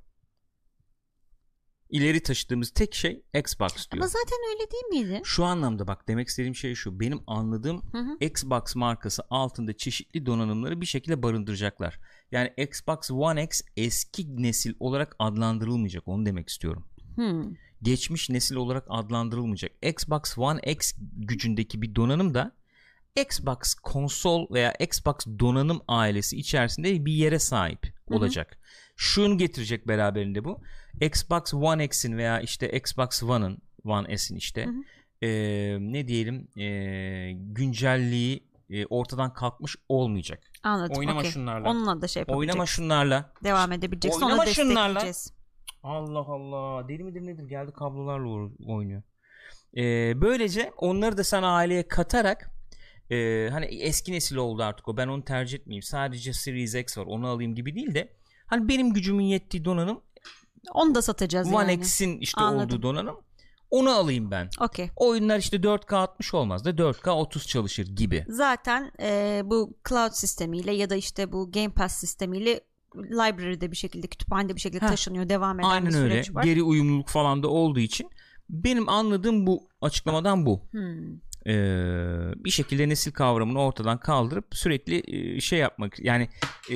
İleri taşıdığımız tek şey Xbox diyor. Ama zaten öyle değil miydi? Şu anlamda bak, demek istediğim şey şu. Benim anladığım Hı-hı. Xbox markası altında çeşitli donanımları bir şekilde barındıracaklar. Yani Xbox One X eski nesil olarak adlandırılmayacak. Onu demek istiyorum. Hı. Geçmiş nesil olarak adlandırılmayacak. Xbox One X gücündeki bir donanım da Xbox konsol veya Xbox donanım ailesi içerisinde bir yere sahip olacak. Hı hı. Şunu getirecek beraberinde bu. Xbox One X'in veya işte Xbox One'ın, One S'in işte hı hı. E, ne diyelim e, güncelliği e, ortadan kalkmış olmayacak. Anladım. Oynama okay. şunlarla. Onunla da şey yapabileceksin. Oynama şunlarla. Devam edebileceksin. Oynama Ona şunlarla. Allah Allah. Deli midir nedir? Geldi kablolarla oynuyor. Ee, böylece onları da sana aileye katarak e, hani eski nesil oldu artık o. Ben onu tercih etmeyeyim. Sadece Series X var. Onu alayım gibi değil de hani benim gücümün yettiği donanım, onu da satacağız One yani. One X'in işte Anladım. olduğu donanım. Onu alayım ben. Okay. Oyunlar işte dört K altmış olmaz da dört K otuz çalışır gibi. Zaten e, bu cloud sistemiyle ya da işte bu Game Pass sistemiyle library'de bir şekilde, kütüphanede bir şekilde Heh. taşınıyor, devam eden Aynen bir süreç öyle. var. Geri uyumluluk falan da olduğu için benim anladığım bu açıklamadan bu. Hmm. Ee, bir şekilde nesil kavramını ortadan kaldırıp sürekli e, şey yapmak, yani e,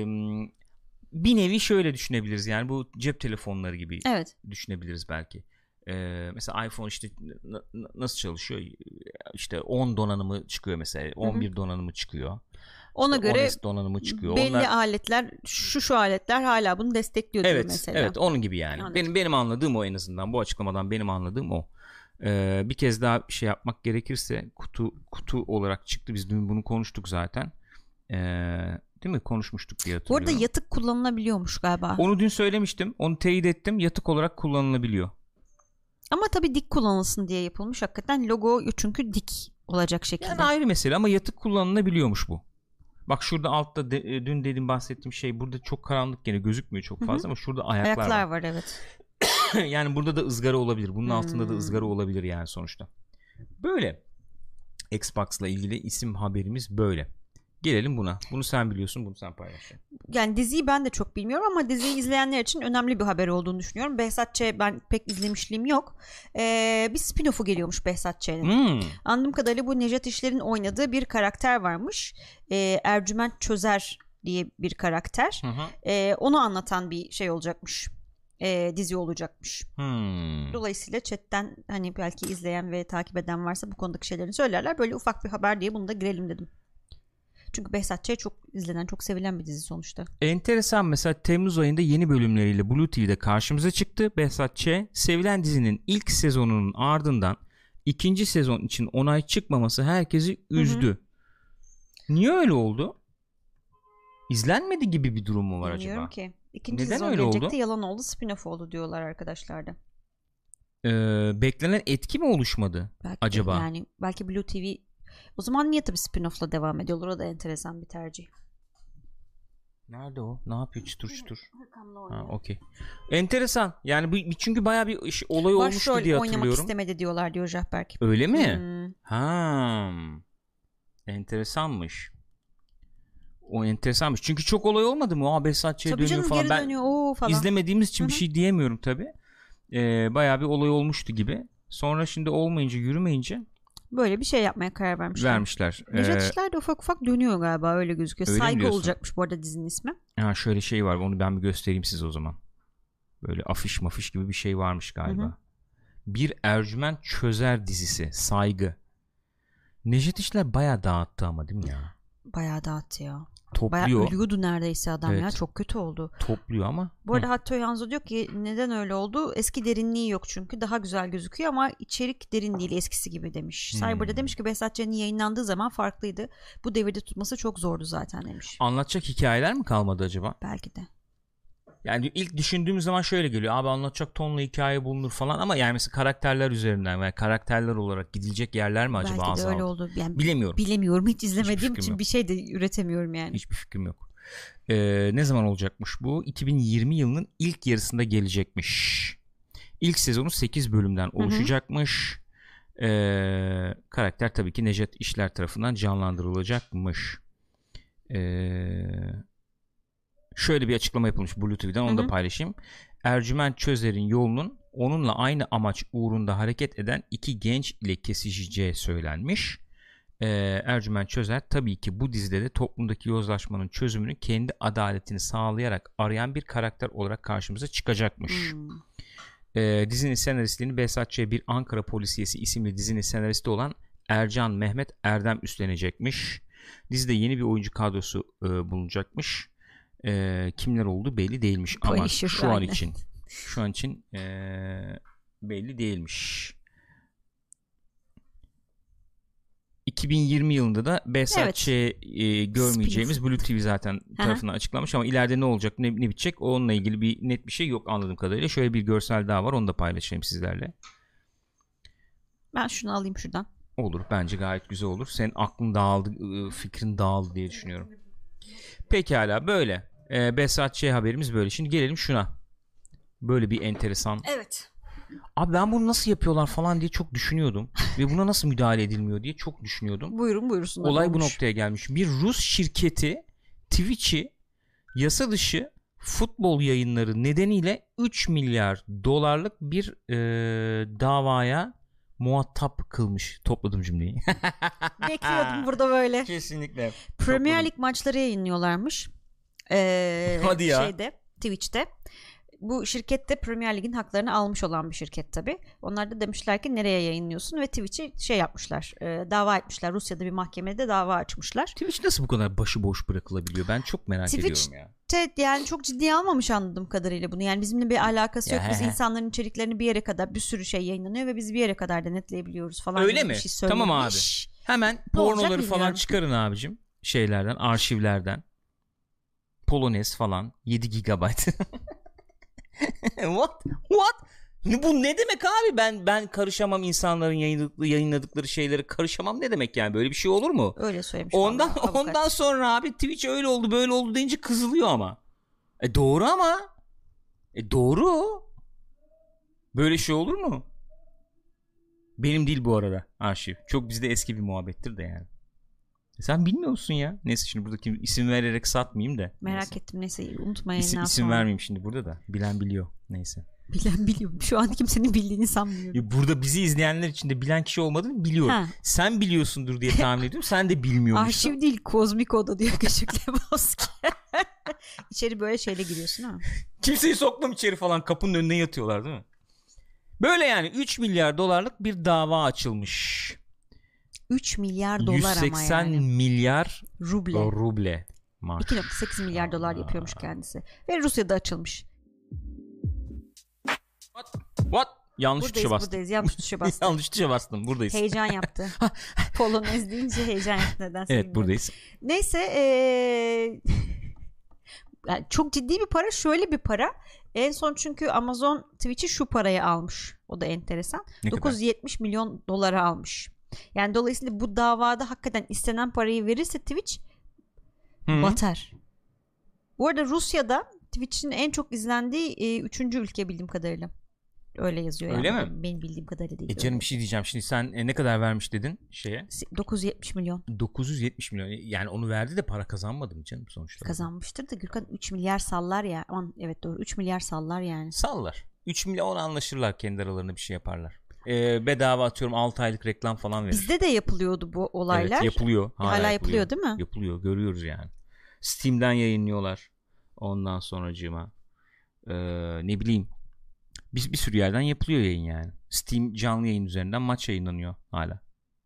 bir nevi şöyle düşünebiliriz, yani bu cep telefonları gibi evet. düşünebiliriz belki. Ee, mesela iPhone işte n- n- nasıl çalışıyor? İşte on donanımı çıkıyor mesela, on bir Hı-hı. donanımı çıkıyor. Ona işte göre donanımı çıkıyor. Belli Onlar... aletler, şu şu aletler hala bunu destekliyor evet, diyor mesela. Evet, onun gibi yani. Anladım. Benim benim anladığım o, en azından bu açıklamadan benim anladığım o. Ee, bir kez daha şey yapmak gerekirse, kutu kutu olarak çıktı. Biz dün bunu konuştuk zaten. Ee, değil mi? Konuşmuştuk diye hatırlıyorum. Bu arada yatık kullanılabiliyormuş galiba. Onu dün söylemiştim. Onu teyit ettim. Yatık olarak kullanılabiliyor. Ama tabii dik kullanılsın diye yapılmış. Hakikaten logo çünkü dik olacak şekilde. Yani ayrı mesele ama yatık kullanılabiliyormuş bu. Bak şurada altta de, dün dedim bahsettiğim şey, burada çok karanlık, gene gözükmüyor çok fazla Hı-hı. ama şurada ayaklar, ayaklar var. var evet. Yani burada da ızgara olabilir. Bunun hmm. altında da ızgara olabilir yani sonuçta. Böyle. Xbox'la ilgili isim haberimiz böyle. Gelelim buna. Bunu sen biliyorsun, bunu sen paylaş. Yani diziyi ben de çok bilmiyorum ama diziyi izleyenler için önemli bir haber olduğunu düşünüyorum. Behzat Ç. ben pek izlemişliğim yok. Ee, bir spin-off'u geliyormuş Behzat Ç'nin. Hmm. Anladığım kadarıyla bu Nejat İşler'in oynadığı bir karakter varmış. Ee, Ercüment Çözer diye bir karakter. Ee, onu anlatan bir şey olacakmış. E, dizi olacakmış. Hmm. Dolayısıyla chatten hani belki izleyen ve takip eden varsa bu konudaki şeylerini söylerler. Böyle ufak bir haber diye bunu da girelim dedim. Çünkü Behzat Ç. çok izlenen, çok sevilen bir dizi sonuçta. Enteresan, mesela Temmuz ayında yeni bölümleriyle Blue T V'de karşımıza çıktı. Behzat Ç. sevilen dizinin ilk sezonunun ardından ikinci sezon için onay çıkmaması herkesi üzdü. Hı hı. Niye öyle oldu? İzlenmedi gibi bir durum mu var Bilmiyorum acaba? Bilmiyorum ki. İkinci Neden sezon öyle gelecekti, oldu? yalan oldu, spin-off oldu diyorlar arkadaşlar da. Ee, beklenen etki mi oluşmadı belki acaba? De, yani belki Blue T V o zaman niye tabii spin-off'la devam ediyorlar, o da enteresan bir tercih. Nerede o? Ne yapıyor? Çıtır çıtır. Ha, okey. Enteresan. Yani bu çünkü bayağı bir iş, olay olmuştu diye hatırlıyorum. Başrol oynamak istemedi diyorlar diyor Jahberk. Öyle mi? Hmm. Ha. Enteresanmış. O enteresanmış. Çünkü çok olay olmadı mı? O Behzat Ç'ye dönüyor canım, falan. Ben dönüyor, oo, falan. İzlemediğimiz için Hı-hı. bir şey diyemiyorum tabii. Ee, bayağı bir olay olmuştu gibi. Sonra şimdi olmayınca, yürümeyince böyle bir şey yapmaya karar vermişler. Vermişler. Nejat İşler de ufak ufak dönüyor galiba, öyle gözüküyor. Öyle Saygı olacakmış bu arada dizinin ismi. Ha, şöyle şey var, onu ben bir göstereyim size o zaman. Böyle afiş mafiş gibi bir şey varmış galiba. Hı-hı. Bir Ercüment Çözer dizisi, Saygı. Nejat İşler bayağı dağıttı ama değil mi ya? Bayağı dağıttı ya. Topluyor. Bayağı ölüyordu neredeyse adam evet. ya. Çok kötü oldu. Topluyor ama. Bu arada Hatto Hanzo diyor ki neden öyle oldu? Eski derinliği yok çünkü. Daha güzel gözüküyor ama içerik derin değil eskisi gibi demiş. Hmm. Cyber'da demiş ki Behzat Ç'nin yayınlandığı zaman farklıydı. Bu devirde tutması çok zordu zaten demiş. Anlatacak hikayeler mi kalmadı acaba? Belki de. Yani ilk düşündüğümüz zaman şöyle geliyor. Abi anlatacak tonla hikaye bulunur falan ama yani mesela karakterler üzerinden veya karakterler olarak gidilecek yerler mi acaba azaldı? Belki de öyle oldu. Yani bilemiyorum. Bilemiyorum. Hiç izlemediğim için yok. Bir şey de üretemiyorum yani. Hiçbir fikrim yok. Ee, ne zaman olacakmış bu? iki bin yirmi yılının ilk yarısında gelecekmiş. İlk sezonu sekiz bölümden oluşacakmış. Ee, karakter tabii ki Nejat İşler tarafından canlandırılacakmış. Eee Şöyle bir açıklama yapılmış Blue T V'den, onu hı hı. da paylaşayım. Ercüment Çözer'in yolunun onunla aynı amaç uğrunda hareket eden iki genç ile kesişeceği söylenmiş. Ee, Ercüment Çözer tabii ki bu dizide de toplumdaki yozlaşmanın çözümünü kendi adaletini sağlayarak arayan bir karakter olarak karşımıza çıkacakmış. Hmm. Ee, dizinin senaristliğini Behzat Ç. Bir Ankara Polisiyesi isimli dizinin senaristi olan Ercan Mehmet Erdem üstlenecekmiş. Dizide yeni bir oyuncu kadrosu e, bulunacakmış. E, kimler olduğu belli değilmiş ama Paylaşır, şu aynen. an için şu an için e, belli değilmiş. iki bin yirmi yılında da Behzat evet. Ç. E, görmeyeceğimiz Spin. Blue T V zaten tarafından açıklamış ama ileride ne olacak, ne, ne bitecek onunla ilgili bir net bir şey yok anladığım kadarıyla. Şöyle bir görsel daha var, onu da paylaşayım sizlerle. Ben şunu alayım şuradan. Olur, bence gayet güzel olur. Senin aklın dağıldı, fikrin dağıldı diye düşünüyorum. Pekala, böyle. Ee, Behzat Ç. haberimiz böyle. Şimdi gelelim şuna. Böyle bir enteresan. Evet. Abi ben bunu nasıl yapıyorlar falan diye çok düşünüyordum. Ve buna nasıl müdahale edilmiyor diye çok düşünüyordum. Buyurun buyursunlar. Olay olmuş. bu noktaya gelmiş. Bir Rus şirketi Twitch'i yasa dışı futbol yayınları nedeniyle üç milyar dolarlık bir e, davaya muhatap kılmış. Topladım cümleyi. Bekliyordum burada böyle. Kesinlikle. Premier Lig maçları yayınlıyorlarmış. Ee, Hadi ya. Şeyde, Twitch'te. Bu şirkette Premier Lig'in haklarını almış olan bir şirket tabii. Onlar da demişler ki nereye yayınlıyorsun ve Twitch'i şey yapmışlar. E, dava etmişler. Rusya'da bir mahkemede dava açmışlar. Twitch nasıl bu kadar başıboş bırakılabiliyor? Ben çok merak Twitch, ediyorum ya. Twitch yani çok ciddiye almamış anladığım kadarıyla bunu. Yani bizimle bir alakası yok. Biz insanların içeriklerini bir yere kadar bir sürü şey yayınlanıyor ve biz bir yere kadar denetleyebiliyoruz falan. Öyle mi? Bir şey tamam abi. Hemen pornoları falan çıkarın abicim. Şeylerden, arşivlerden. Polonez falan. yedi gigabayt. What? What? Bu ne demek abi? Ben ben karışamam, insanların yayınladıkları, yayınladıkları şeylere karışamam ne demek yani? Böyle bir şey olur mu? Öyle söylemiş. Ondan vallahi, ondan sonra abi Twitch öyle oldu böyle oldu deyince kızılıyor ama. E doğru ama. E doğru. Böyle şey olur mu? Benim değil bu arada arşiv. Çok bizde eski bir muhabbettir de yani. Sen bilmiyor musun ya? Neyse şimdi buradaki isim vererek satmayayım da. Merak neyse. ettim neyse unutmayın. İsim, isim vermeyeyim şimdi burada da. Bilen biliyor. Neyse. Bilen biliyor. Şu an kimsenin bildiğini sanmıyorum. Ya burada bizi izleyenler için de bilen kişi olmadığını biliyorum. Ha. Sen biliyorsundur diye tahmin ediyorum. Sen de bilmiyormuşsun. Arşiv değil, kozmik oda diyor Göçük Lebowski. İçeri böyle şeyle giriyorsun ha. Kimseyi sokmam içeri falan. Kapının önüne yatıyorlar değil mi? Böyle yani üç milyar dolarlık bir dava açılmış. üç milyar dolar ama yani. yüz seksen milyar ruble. ruble. iki virgül sekiz milyar dolar yapıyormuş kendisi. Ve Rusya'da açılmış. What? What? Yanlış buradayız, tuşa bastım. Buradayız. Yanlış tuşa bastım. Yanlış tuşa bastım. Buradayız. Heyecan yaptı. Polonez deyince heyecan yaptı nedense. Evet bilmiyorum. Buradayız. Neyse ee... yani çok ciddi bir para. Şöyle bir para. En son çünkü Amazon Twitch'i şu paraya almış. O da enteresan. Ne dokuz yüz yetmiş kadar? Milyon dolara almış. Yani dolayısıyla bu davada hakikaten istenen parayı verirse Twitch Hı-hı. batar. Bu arada Rusya'da Twitch'in en çok izlendiği e, üçüncü ülke bildiğim kadarıyla. Öyle yazıyor. Öyle yani. mi? Benim bildiğim kadarıyla değil. E canım bir şey diyeceğim. Şimdi sen e, ne kadar vermiş dedin şeye? dokuz yüz yetmiş milyon. dokuz yüz yetmiş milyon. Yani onu verdi de para kazanmadı mı canım sonuçta? Kazanmıştır da Gürkan üç milyar sallar ya. Aman, evet doğru üç milyar sallar yani. Sallar. üç milyon anlaşırlar, kendi aralarında bir şey yaparlar. E, bedava atıyorum altı aylık reklam falan verir. Bizde de yapılıyordu bu olaylar. Evet yapılıyor. Hala, hala yapılıyor. yapılıyor değil mi? Yapılıyor. Görüyoruz yani. Steam'den yayınlıyorlar. Ondan sonracığıma ee, ne bileyim bir, bir sürü yerden yapılıyor yayın yani. Steam canlı yayın üzerinden maç yayınlanıyor hala.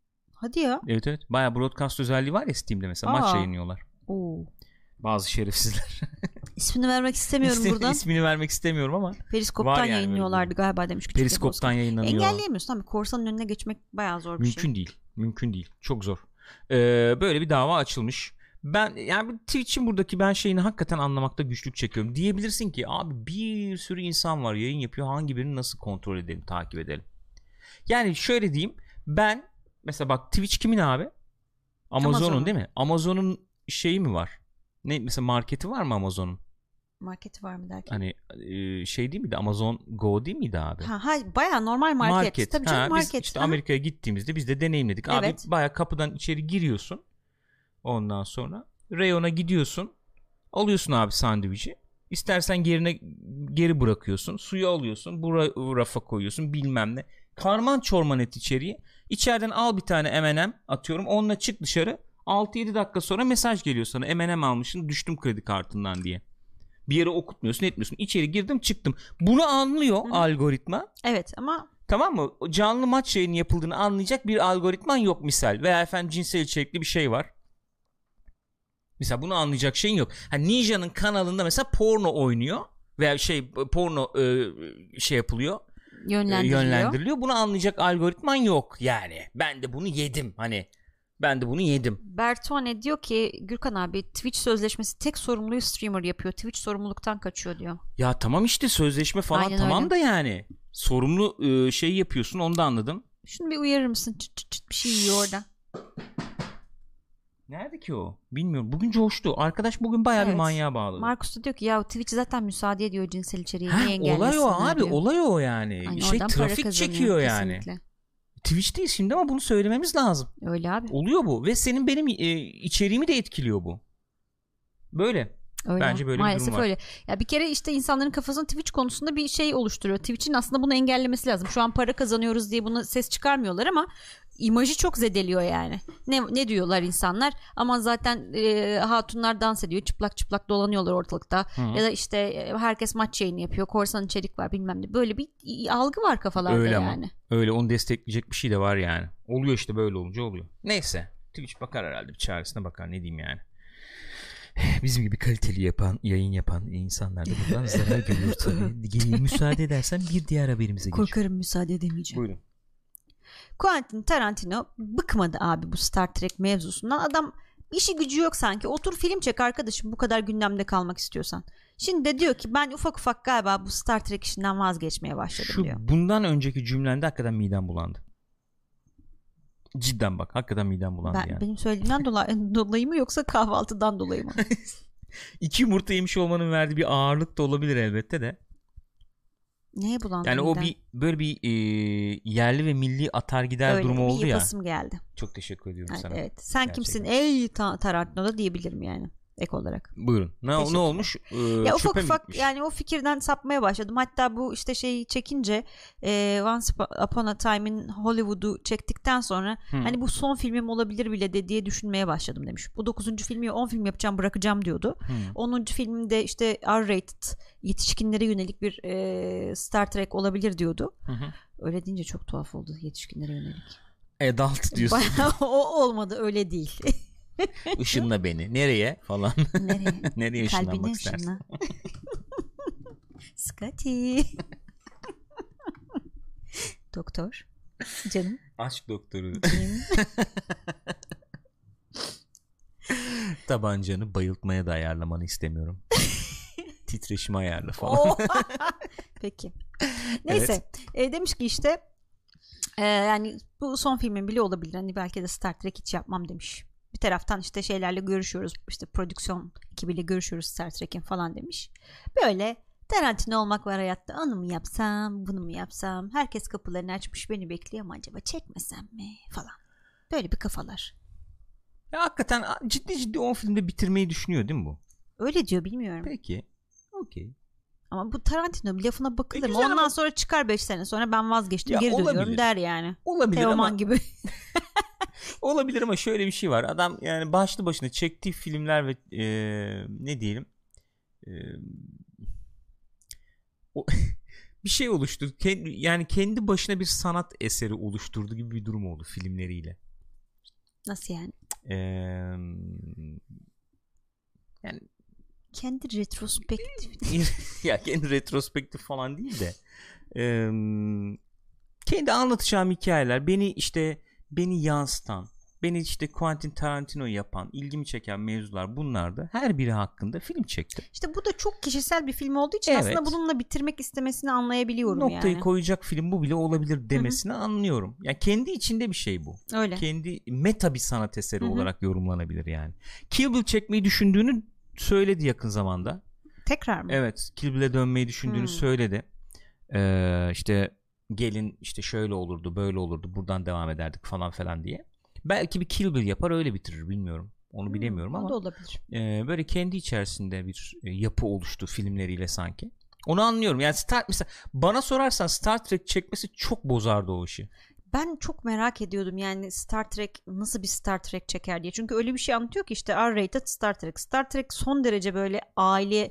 Hadi ya. Evet evet. Bayağı broadcast özelliği var ya Steam'de mesela. Aa. Maç yayınlıyorlar. Oo. Bazı şerefsizler. İsmini vermek istemiyorum İsmi, buradan. İsmini vermek istemiyorum ama. Periskop'tan yani yayınlıyorlardı galiba demiş. Periskop'tan yayınlanıyor. Engelleyemiyorsun tabii. Korsanın önüne geçmek bayağı zor bir Mümkün şey. Mümkün değil. Mümkün değil. Çok zor. Ee, böyle bir dava açılmış. Ben yani Twitch'in buradaki ben şeyini hakikaten anlamakta güçlük çekiyorum. Diyebilirsin ki abi bir sürü insan var yayın yapıyor. Hangi birini nasıl kontrol edelim, takip edelim? Yani şöyle diyeyim. Ben mesela bak Twitch kimin abi? Amazon'un, Amazon'un. Değil mi? Amazon'un şeyi mi var? Ne mesela marketi var mı Amazon'un? Marketi var mı derken? Hani şey değil miydi? Amazon Go değil miydi abi? Ha, ha bayağı normal market. Market. Tabii canım, ha, market. Biz işte Amerika'ya gittiğimizde biz de deneyimledik. Abi evet. bayağı kapıdan içeri giriyorsun. Ondan sonra reyona gidiyorsun. Alıyorsun abi sandviçi. İstersen gerine geri bırakıyorsun. Suyu alıyorsun. Bu rafa koyuyorsun. Bilmem ne. Karman çorman et içeriye. İçeriden al bir tane M and M atıyorum. Onunla çık dışarı. altı yedi dakika sonra mesaj geliyor sana. M and M almışsın. Düştüm kredi kartından diye. Bir yere okutmuyorsun, etmiyorsun. İçeri girdim, çıktım. Bunu anlıyor Hı-hı. algoritma. Evet ama tamam mı? Canlı maç yayını yapıldığını anlayacak bir algoritman yok misal. Veya efendim cinsel içerikli bir şey var. Mesela bunu anlayacak şeyin yok. Hani Ninja'nın kanalında mesela porno oynuyor veya şey porno e, şey yapılıyor. Yönlendiriliyor. E, yönlendiriliyor. Bunu anlayacak algoritman yok yani. Ben de bunu yedim. Hani ben de bunu yedim. Bertone diyor ki Gürkan abi Twitch sözleşmesi tek sorumluyu streamer yapıyor. Twitch sorumluluktan kaçıyor diyor. Ya tamam işte sözleşme falan Aynen tamam öyle. Da yani sorumlu e, şey yapıyorsun, onu da anladım. Şunu bir uyarır mısın? Çıt çıt çıt bir şey yiyor orada. Nerede ki o? Bilmiyorum. Bugün coştu. Arkadaş bugün bayağı evet. bir manyağa bağladı. Marcus da diyor ki ya Twitch zaten müsaade ediyor cinsel içeriği. Niye engellesinler olay o abi. Diyor. Olay o yani. Aynen, şey trafik çekiyor yani. Kesinlikle. Twitch değil şimdi ama bunu söylememiz lazım. Öyle abi. Oluyor bu ve senin benim e, içeriğimi de etkiliyor bu. Böyle. Öyle. Bence böyle Maalesef bir durum var. öyle. Ya bir kere işte insanların kafasında Twitch konusunda bir şey oluşturuyor. Twitch'in aslında bunu engellemesi lazım. Şu an para kazanıyoruz diye buna ses çıkarmıyorlar ama imajı çok zedeliyor yani. Ne ne diyorlar insanlar? Ama zaten e, hatunlar dans ediyor. Çıplak çıplak dolanıyorlar ortalıkta. Hı. Ya da işte e, herkes maç yayını yapıyor. Korsan içerik var bilmem ne. Böyle bir algı var kafalarda öyle yani. Ama. Öyle onu destekleyecek bir şey de var yani. Oluyor işte böyle olunca oluyor. Neyse. Twitch bakar herhalde. Bir çaresine bakar. Ne diyeyim yani. Bizim gibi kaliteli yapan, yayın yapan insanlar da bundan zarar görüyor tabii. Müsaade edersen bir diğer haberimize geçelim. Korkarım müsaade edemeyeceğim. Buyurun. Quentin Tarantino bıkmadı abi bu Star Trek mevzusundan. Adam işi gücü yok sanki. Otur film çek arkadaşım bu kadar gündemde kalmak istiyorsan. Şimdi de diyor ki ben ufak ufak galiba bu Star Trek işinden vazgeçmeye başladım Şu, diyor. Bundan önceki cümlende hakikaten midem bulandı. Cidden bak hakikaten midem bulandı ben, yani. Benim söylediğimden dolayı, dolayı mı yoksa kahvaltıdan dolayı mı? İki yumurta yemiş olmanın verdiği bir ağırlık da olabilir elbette de. Neye bulandı? Yani midem? o bir böyle bir e, yerli ve milli atar gider Öyle, durumu oldu ya. Öyle bir yapasım geldi. Çok teşekkür ediyorum evet, sana. Evet. Sen Gerçekten. Kimsin ey ta- Tarantino'da diyebilirim yani. Ek olarak. Buyurun. Ne, ne olmuş? Ee, ya ufak ufak yani o fikirden sapmaya başladım. Hatta bu işte şeyi çekince e, Once Upon a Time'in Hollywood'u çektikten sonra hmm. hani bu son filmim olabilir bile de diye düşünmeye başladım demiş. Bu dokuzuncu filmi on film yapacağım bırakacağım diyordu. Hmm. onuncu filmde işte R-rated yetişkinlere yönelik bir e, Star Trek olabilir diyordu. Hmm. Öyle deyince çok tuhaf oldu yetişkinlere yönelik. Adult diyorsun. Bayağı, o olmadı öyle değil. Işınla beni. Nereye falan. Nereye? Nereye ışınlanmak istersin? Scotty. Doktor. Canım. Aşk doktoru. Tabancanı bayıltmaya da ayarlamanı istemiyorum. Titreşimi ayarla falan. Peki. Neyse. Evet. E, demiş ki işte e, yani bu son filmin bile olabilir. Hani belki de Star Trek hiç yapmam demiş. Bir taraftan işte şeylerle görüşüyoruz. İşte prodüksiyon ekibiyle görüşüyoruz Star Trek'in falan demiş. Böyle Tarantino olmak var hayatta. Onu mu yapsam, bunu mu yapsam? Herkes kapılarını açmış beni bekliyor ama acaba çekmesem mi falan. Böyle bir kafalar. Ya hakikaten ciddi ciddi on filmde bitirmeyi düşünüyor değil mi bu? Öyle diyor bilmiyorum. Peki. Okey. Ama bu Tarantino lafına bakılır mı? Ondan ama... sonra çıkar beş sene sonra ben vazgeçtim ya geri olabilir. Dönüyorum der yani. Olabilir Teoman ama. gibi. Olabilir ama şöyle bir şey var. Adam yani başlı başına çektiği filmler ve e, ne diyelim e, o, bir şey oluşturdu. Kendi, yani kendi başına bir sanat eseri oluşturdu gibi bir durum oldu filmleriyle. Nasıl yani? Ee, yani kendi retrospektif ya kendi retrospektif falan değil de e, kendi anlatacağım hikayeler, beni işte beni yansıtan, beni işte Quentin Tarantino yapan, ilgimi çeken mevzular, bunlar da her biri hakkında film çektim. İşte bu da çok kişisel bir film olduğu için evet, aslında bununla bitirmek istemesini anlayabiliyorum. Noktayı yani. Noktayı koyacak film bu bile olabilir demesini Hı-hı. anlıyorum. Yani kendi içinde bir şey bu. Öyle. Kendi meta bir sanat eseri Hı-hı. olarak yorumlanabilir yani. Kill Bill çekmeyi düşündüğünü söyledi yakın zamanda. Tekrar mı? Evet, Kill Bill'e dönmeyi düşündüğünü hmm. söyledi. Ee, işte gelin işte şöyle olurdu, böyle olurdu, buradan devam ederdik falan falan diye. Belki bir Kill Bill yapar, öyle bitirir, bilmiyorum. Onu hmm, bilemiyorum ama. O da olabilir. E, böyle kendi içerisinde bir e, yapı oluştu filmleriyle sanki. Onu anlıyorum. Yani Star, mesela bana sorarsan Star Trek çekmesi çok bozardı o işi. Ben çok merak ediyordum yani Star Trek nasıl bir Star Trek çeker diye. Çünkü öyle bir şey anlatıyor ki işte R-rated Star Trek. Star Trek son derece böyle aile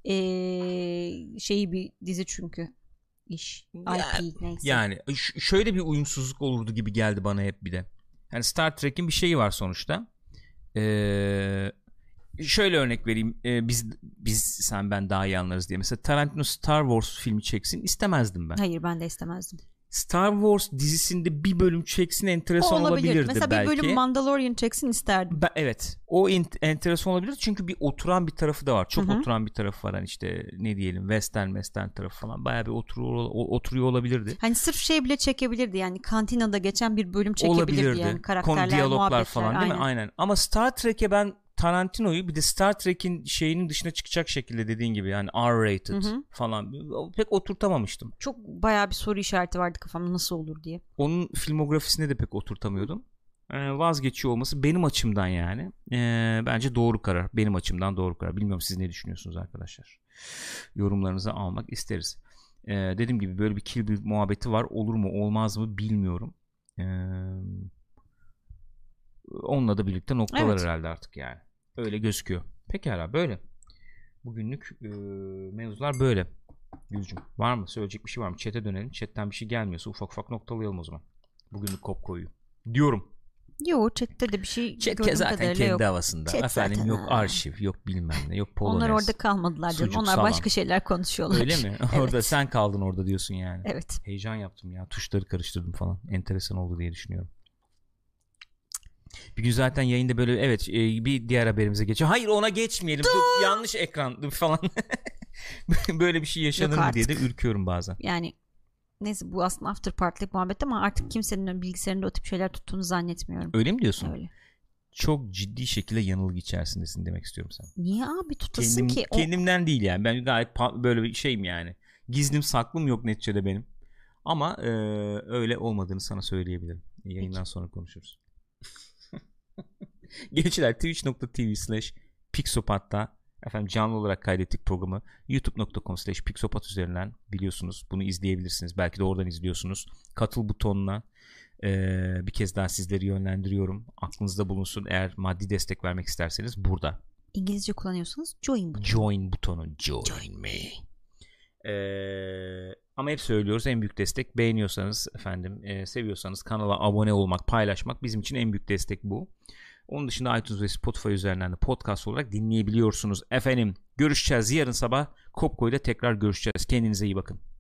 ee, şeyi bir dizi çünkü. İş. Yani, I P neyse. Yani ş- şöyle bir uyumsuzluk olurdu gibi geldi bana hep bir de. Yani Star Trek'in bir şeyi var sonuçta. Eee Şöyle örnek vereyim, ee, biz biz sen ben daha iyi anlarız diye. Mesela Tarantino Star Wars filmi çeksin, istemezdim ben. Hayır, ben de istemezdim. Star Wars dizisinde bir bölüm çeksin, enteresan olabilirdi mesela belki. Bir bölüm Mandalorian çeksin isterdim. Ben, evet, o ent- enteresan olabilir çünkü bir oturan bir tarafı da var. Çok Hı-hı. oturan bir tarafı var, hani işte ne diyelim, western western tarafı falan bayağı bir oturuyor, oturuyor olabilirdi. Hani sırf şey bile çekebilirdi yani, kantinada geçen bir bölüm çekebilirdi olabilirdi. Yani karakterler, Kon- diyaloglar muhabbetler falan değil aynen. mi? Aynen. Ama Star Trek'e ben Tarantino'yu bir de Star Trek'in şeyinin dışına çıkacak şekilde, dediğin gibi yani R-rated Hı-hı. falan pek oturtamamıştım. Çok bayağı bir soru işareti vardı kafamda, nasıl olur diye. Onun filmografisine de pek oturtamıyordum. Ee, vazgeçiyor olması benim açımdan yani ee, bence doğru karar. Benim açımdan doğru karar. Bilmiyorum siz ne düşünüyorsunuz arkadaşlar. Yorumlarınızı almak isteriz. Ee, dediğim gibi böyle bir Kill Bill muhabbeti var. Olur mu olmaz mı bilmiyorum. Ee, onunla da birlikte noktalar evet. herhalde artık yani. Öyle gözüküyor. Pekala, böyle. Bugünlük e, mevzular böyle. Gülcüm, var mı? Söyleyecek bir şey var mı? Chat'e dönelim. Chat'ten bir şey gelmiyorsa ufak ufak noktalayalım o zaman. Bugünlük Kopko'yu. Diyorum. Yok, chat'te de bir şey Chat zaten kendi yok. havasında. Chat Efendim zaten, yok ha. arşiv, yok bilmem ne, yok Polones. Onlar orada kalmadılar canım. Onlar salam. Başka şeyler konuşuyorlar. Öyle mi? Evet. Orada sen kaldın orada diyorsun yani. Evet. Heyecan yaptım ya. Tuşları karıştırdım falan. Enteresan oldu diye düşünüyorum. Bir gün zaten yayında böyle evet e, bir diğer haberimize geçiyor. Hayır, ona geçmeyelim. Dur, yanlış ekran falan. Böyle bir şey yaşanır mı diye de ürküyorum bazen. Yani neyse, bu aslında after party muhabbet ama artık kimsenin bilgisayarında o tip şeyler tuttuğunu zannetmiyorum. Öyle mi diyorsun? Öyle. Çok ciddi şekilde yanılgı içerisindesin demek istiyorum sen. Niye abi tutasın Kendim, ki? O... Kendimden değil yani. Ben gayet pa- böyle bir şeyim yani. Gizlim saklım yok neticede benim. Ama e, öyle olmadığını sana söyleyebilirim. Yayından Peki. sonra konuşuruz. Gençler, twitch nokta tv slash pixopat'ta efendim canlı olarak kaydettik programı. youtube nokta com slash pixopat üzerinden biliyorsunuz bunu izleyebilirsiniz. Belki de oradan izliyorsunuz. Katıl butonuna e, bir kez daha sizleri yönlendiriyorum. Aklınızda bulunsun, eğer maddi destek vermek isterseniz burada. İngilizce kullanıyorsanız join butonu. Join butonu. Join, join me. Eee Ama hep söylüyoruz, en büyük destek, beğeniyorsanız efendim e, seviyorsanız kanala abone olmak, paylaşmak, bizim için en büyük destek bu. Onun dışında iTunes ve Spotify üzerinden de podcast olarak dinleyebiliyorsunuz efendim. Görüşeceğiz yarın sabah. Kopko ile tekrar görüşeceğiz. Kendinize iyi bakın.